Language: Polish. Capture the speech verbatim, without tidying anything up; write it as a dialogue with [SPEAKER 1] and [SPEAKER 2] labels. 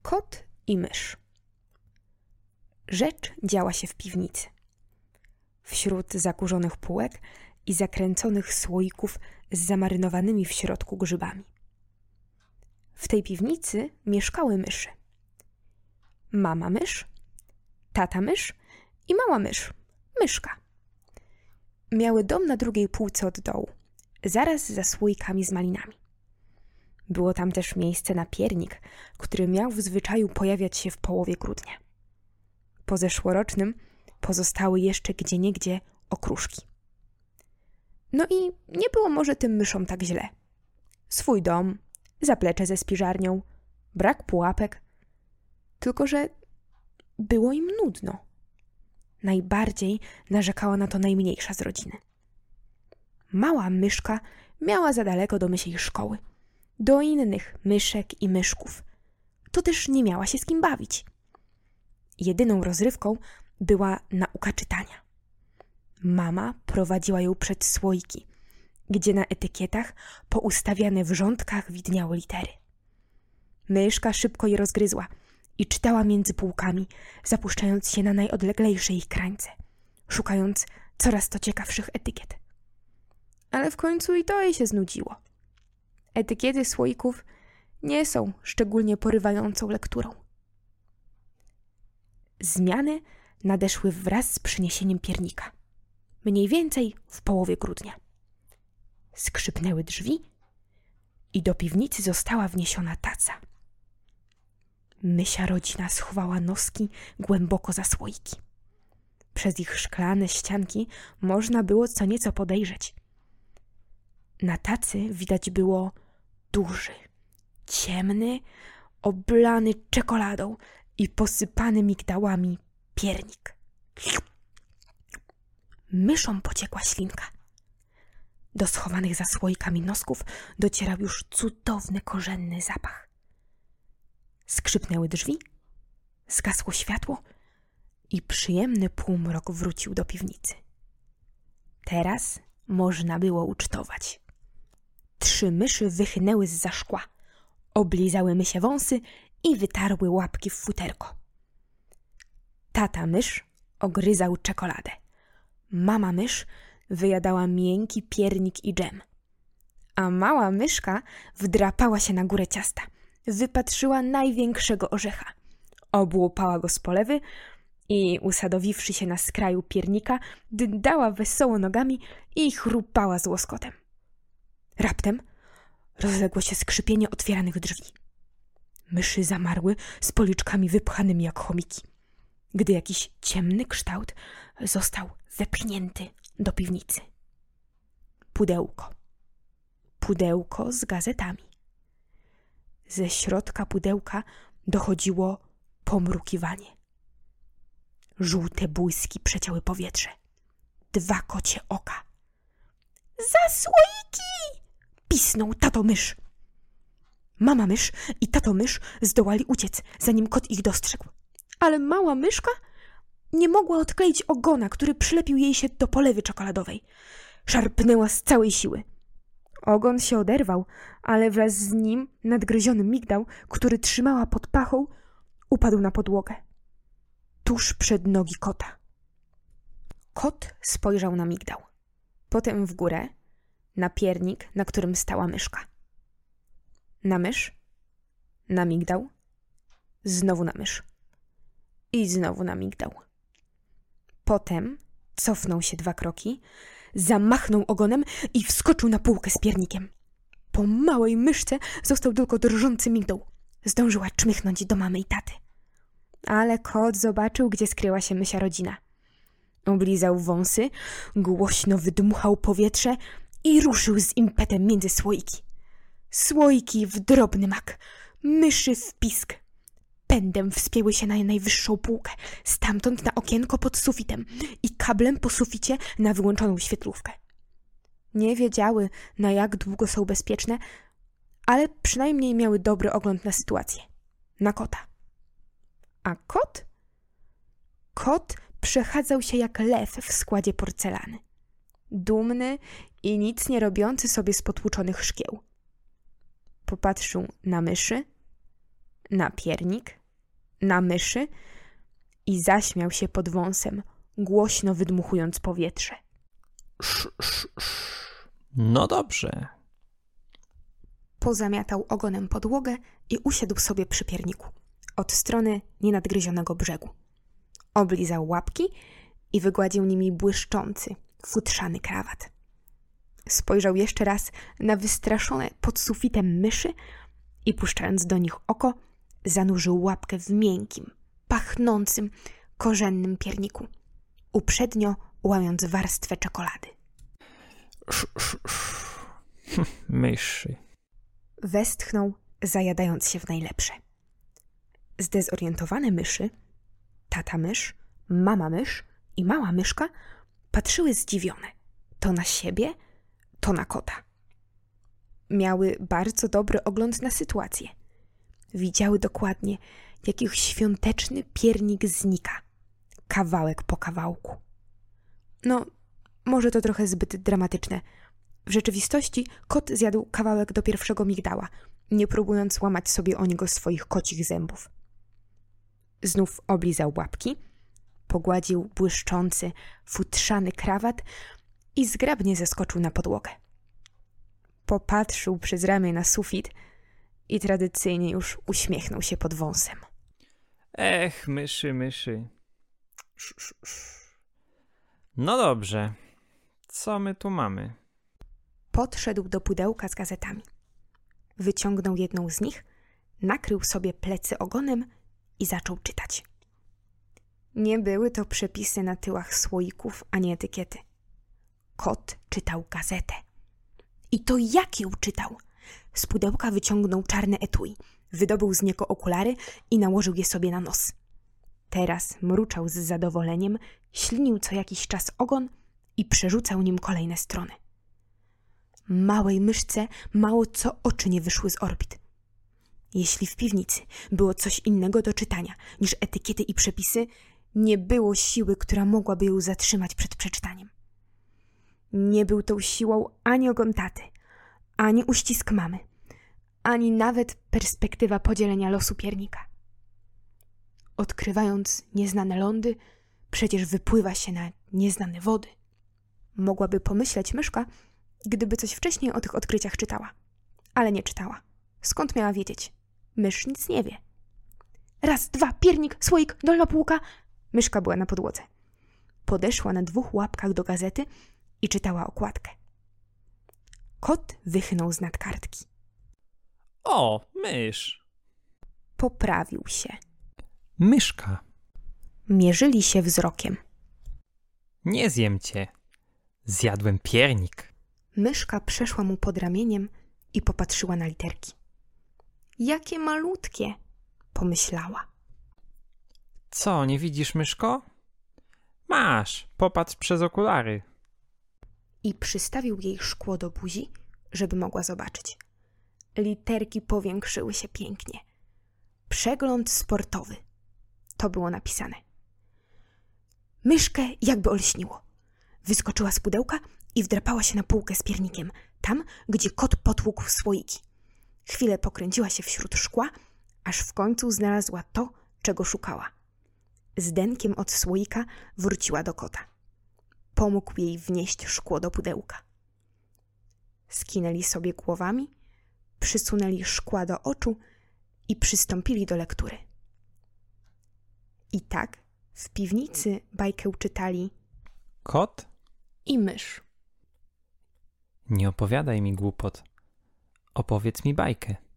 [SPEAKER 1] Kot i mysz. Rzecz działa się w piwnicy. Wśród zakurzonych półek i zakręconych słoików z zamarynowanymi w środku grzybami. W tej piwnicy mieszkały myszy. Mama mysz, tata mysz i mała mysz, myszka. Miały dom na drugiej półce od dołu, zaraz za słoikami z malinami. Było tam też miejsce na piernik, który miał w zwyczaju pojawiać się w połowie grudnia. Po zeszłorocznym pozostały jeszcze gdzieniegdzie okruszki. No i nie było może tym myszom tak źle. Swój dom, zaplecze ze spiżarnią, brak pułapek. Tylko że było im nudno. Najbardziej narzekała na to najmniejsza z rodziny. Mała myszka miała za daleko do mysiej szkoły, do innych myszek i myszków. To też nie miała się z kim bawić. Jedyną rozrywką była nauka czytania. Mama prowadziła ją przed słoiki, gdzie na etykietach poustawiane w rządkach widniały litery. Myszka szybko je rozgryzła i czytała między półkami, zapuszczając się na najodleglejsze ich krańce, szukając coraz to ciekawszych etykiet. Ale w końcu i to jej się znudziło. Etykiety słoików nie są szczególnie porywającą lekturą. Zmiany nadeszły wraz z przyniesieniem piernika. Mniej więcej w połowie grudnia. Skrzypnęły drzwi i do piwnicy została wniesiona taca. Mysia rodzina schowała noski głęboko za słoiki. Przez ich szklane ścianki można było co nieco podejrzeć. Na tacy widać było duży, ciemny, oblany czekoladą i posypany migdałami piernik. Myszom pociekła ślinka. Do schowanych za słoikami nosków docierał już cudowny, korzenny zapach. Skrzypnęły drzwi, zgasło światło i przyjemny półmrok wrócił do piwnicy. Teraz można było ucztować. Trzy myszy wychynęły zza szkła, oblizały mysie wąsy i wytarły łapki w futerko. Tata mysz ogryzał czekoladę. Mama mysz wyjadała miękki piernik i dżem. A mała myszka wdrapała się na górę ciasta. Wypatrzyła największego orzecha. Obłupała go z polewy i usadowiwszy się na skraju piernika, dędała wesoło nogami i chrupała z łoskotem. Raptem rozległo się skrzypienie otwieranych drzwi. Myszy zamarły z policzkami wypchanymi jak chomiki, gdy jakiś ciemny kształt został wepchnięty do piwnicy. Pudełko. Pudełko z gazetami. Ze środka pudełka dochodziło pomrukiwanie. Żółte błyski przecięły powietrze. Dwa kocie oka. Za słoiki! Pisnął tato mysz. Mama mysz i tato mysz zdołali uciec, zanim kot ich dostrzegł. Ale mała myszka nie mogła odkleić ogona, który przylepił jej się do polewy czekoladowej. Szarpnęła z całej siły. Ogon się oderwał, ale wraz z nim nadgryziony migdał, który trzymała pod pachą, upadł na podłogę. Tuż przed nogi kota. Kot spojrzał na migdał. Potem w górę, na piernik, na którym stała myszka. Na mysz, na migdał, znowu na mysz i znowu na migdał. Potem cofnął się dwa kroki, zamachnął ogonem i wskoczył na półkę z piernikiem. Po małej myszce został tylko drżący migdał. Zdążyła czmychnąć do mamy i taty. Ale kot zobaczył, gdzie skryła się mysia rodzina. Oblizał wąsy, głośno wydmuchał powietrze i ruszył z impetem między słoiki. Słoiki w drobny mak, myszy w pisk. Pędem wspięły się na najwyższą półkę, stamtąd na okienko pod sufitem i kablem po suficie na wyłączoną świetlówkę. Nie wiedziały, na jak długo są bezpieczne, ale przynajmniej miały dobry ogląd na sytuację. Na kota. A kot? Kot przechadzał się jak lew w składzie porcelany. Dumny i nic nie robiący sobie z potłuczonych szkieł. Popatrzył na myszy, na piernik, na myszy i zaśmiał się pod wąsem, głośno wydmuchując powietrze.
[SPEAKER 2] Sz, sz, sz. No dobrze.
[SPEAKER 1] Pozamiatał ogonem podłogę i usiadł sobie przy pierniku, od strony nienadgryzionego brzegu. Oblizał łapki i wygładził nimi błyszczący, futrzany krawat. Spojrzał jeszcze raz na wystraszone pod sufitem myszy i puszczając do nich oko, zanurzył łapkę w miękkim, pachnącym, korzennym pierniku, uprzednio łamiąc warstwę czekolady.
[SPEAKER 2] Sz, sz, sz. Myszy.
[SPEAKER 1] Westchnął, zajadając się w najlepsze. Zdezorientowane myszy, tata mysz, mama mysz i mała myszka patrzyły zdziwione, to na siebie, to na kota. Miały bardzo dobry ogląd na sytuację. Widziały dokładnie, jak ich świąteczny piernik znika, kawałek po kawałku. No, może to trochę zbyt dramatyczne. W rzeczywistości kot zjadł kawałek do pierwszego migdała, nie próbując łamać sobie o niego swoich kocich zębów. Znów oblizał łapki, pogładził błyszczący, futrzany krawat i zgrabnie zeskoczył na podłogę. Popatrzył przez ramię na sufit i tradycyjnie już uśmiechnął się pod wąsem.
[SPEAKER 2] Ech, myszy, myszy. Sz, sz, sz. No dobrze. Co my tu mamy?
[SPEAKER 1] Podszedł do pudełka z gazetami. Wyciągnął jedną z nich, nakrył sobie plecy ogonem i zaczął czytać. Nie były to przepisy na tyłach słoików, ani etykiety. Kot czytał gazetę. I to jak ją czytał? Z pudełka wyciągnął czarne etui, wydobył z niego okulary i nałożył je sobie na nos. Teraz mruczał z zadowoleniem, ślinił co jakiś czas ogon i przerzucał nim kolejne strony. Małej myszce mało co oczy nie wyszły z orbit. Jeśli w piwnicy było coś innego do czytania niż etykiety i przepisy, nie było siły, która mogłaby ją zatrzymać przed przeczytaniem. Nie był tą siłą ani ogon taty, ani uścisk mamy, ani nawet perspektywa podzielenia losu piernika. Odkrywając nieznane lądy, przecież wypływa się na nieznane wody. Mogłaby pomyśleć myszka, gdyby coś wcześniej o tych odkryciach czytała. Ale nie czytała. Skąd miała wiedzieć? Mysz nic nie wie. Raz, dwa, piernik, słoik, dolna półka. Myszka była na podłodze. Podeszła na dwóch łapkach do gazety i czytała okładkę. Kot wychnął z nadkartki.
[SPEAKER 2] O, mysz.
[SPEAKER 1] Poprawił się.
[SPEAKER 2] Myszka.
[SPEAKER 1] Mierzyli się wzrokiem.
[SPEAKER 2] Nie zjem cię. Zjadłem piernik.
[SPEAKER 1] Myszka przeszła mu pod ramieniem i popatrzyła na literki. Jakie malutkie, pomyślała.
[SPEAKER 2] Co, nie widzisz, myszko? Masz, popatrz przez okulary.
[SPEAKER 1] I przystawił jej szkło do buzi, żeby mogła zobaczyć. Literki powiększyły się pięknie. Przegląd sportowy. To było napisane. Myszkę jakby olśniło. Wyskoczyła z pudełka i wdrapała się na półkę z piernikiem, tam, gdzie kot potłukł słoiki. Chwilę pokręciła się wśród szkła, aż w końcu znalazła to, czego szukała. Z denkiem od słoika wróciła do kota. Pomógł jej wnieść szkło do pudełka. Skinęli sobie głowami, przysunęli szkła do oczu i przystąpili do lektury. I tak w piwnicy bajkę czytali
[SPEAKER 2] Kot?
[SPEAKER 1] i mysz.
[SPEAKER 2] Nie opowiadaj mi głupot. Opowiedz mi bajkę.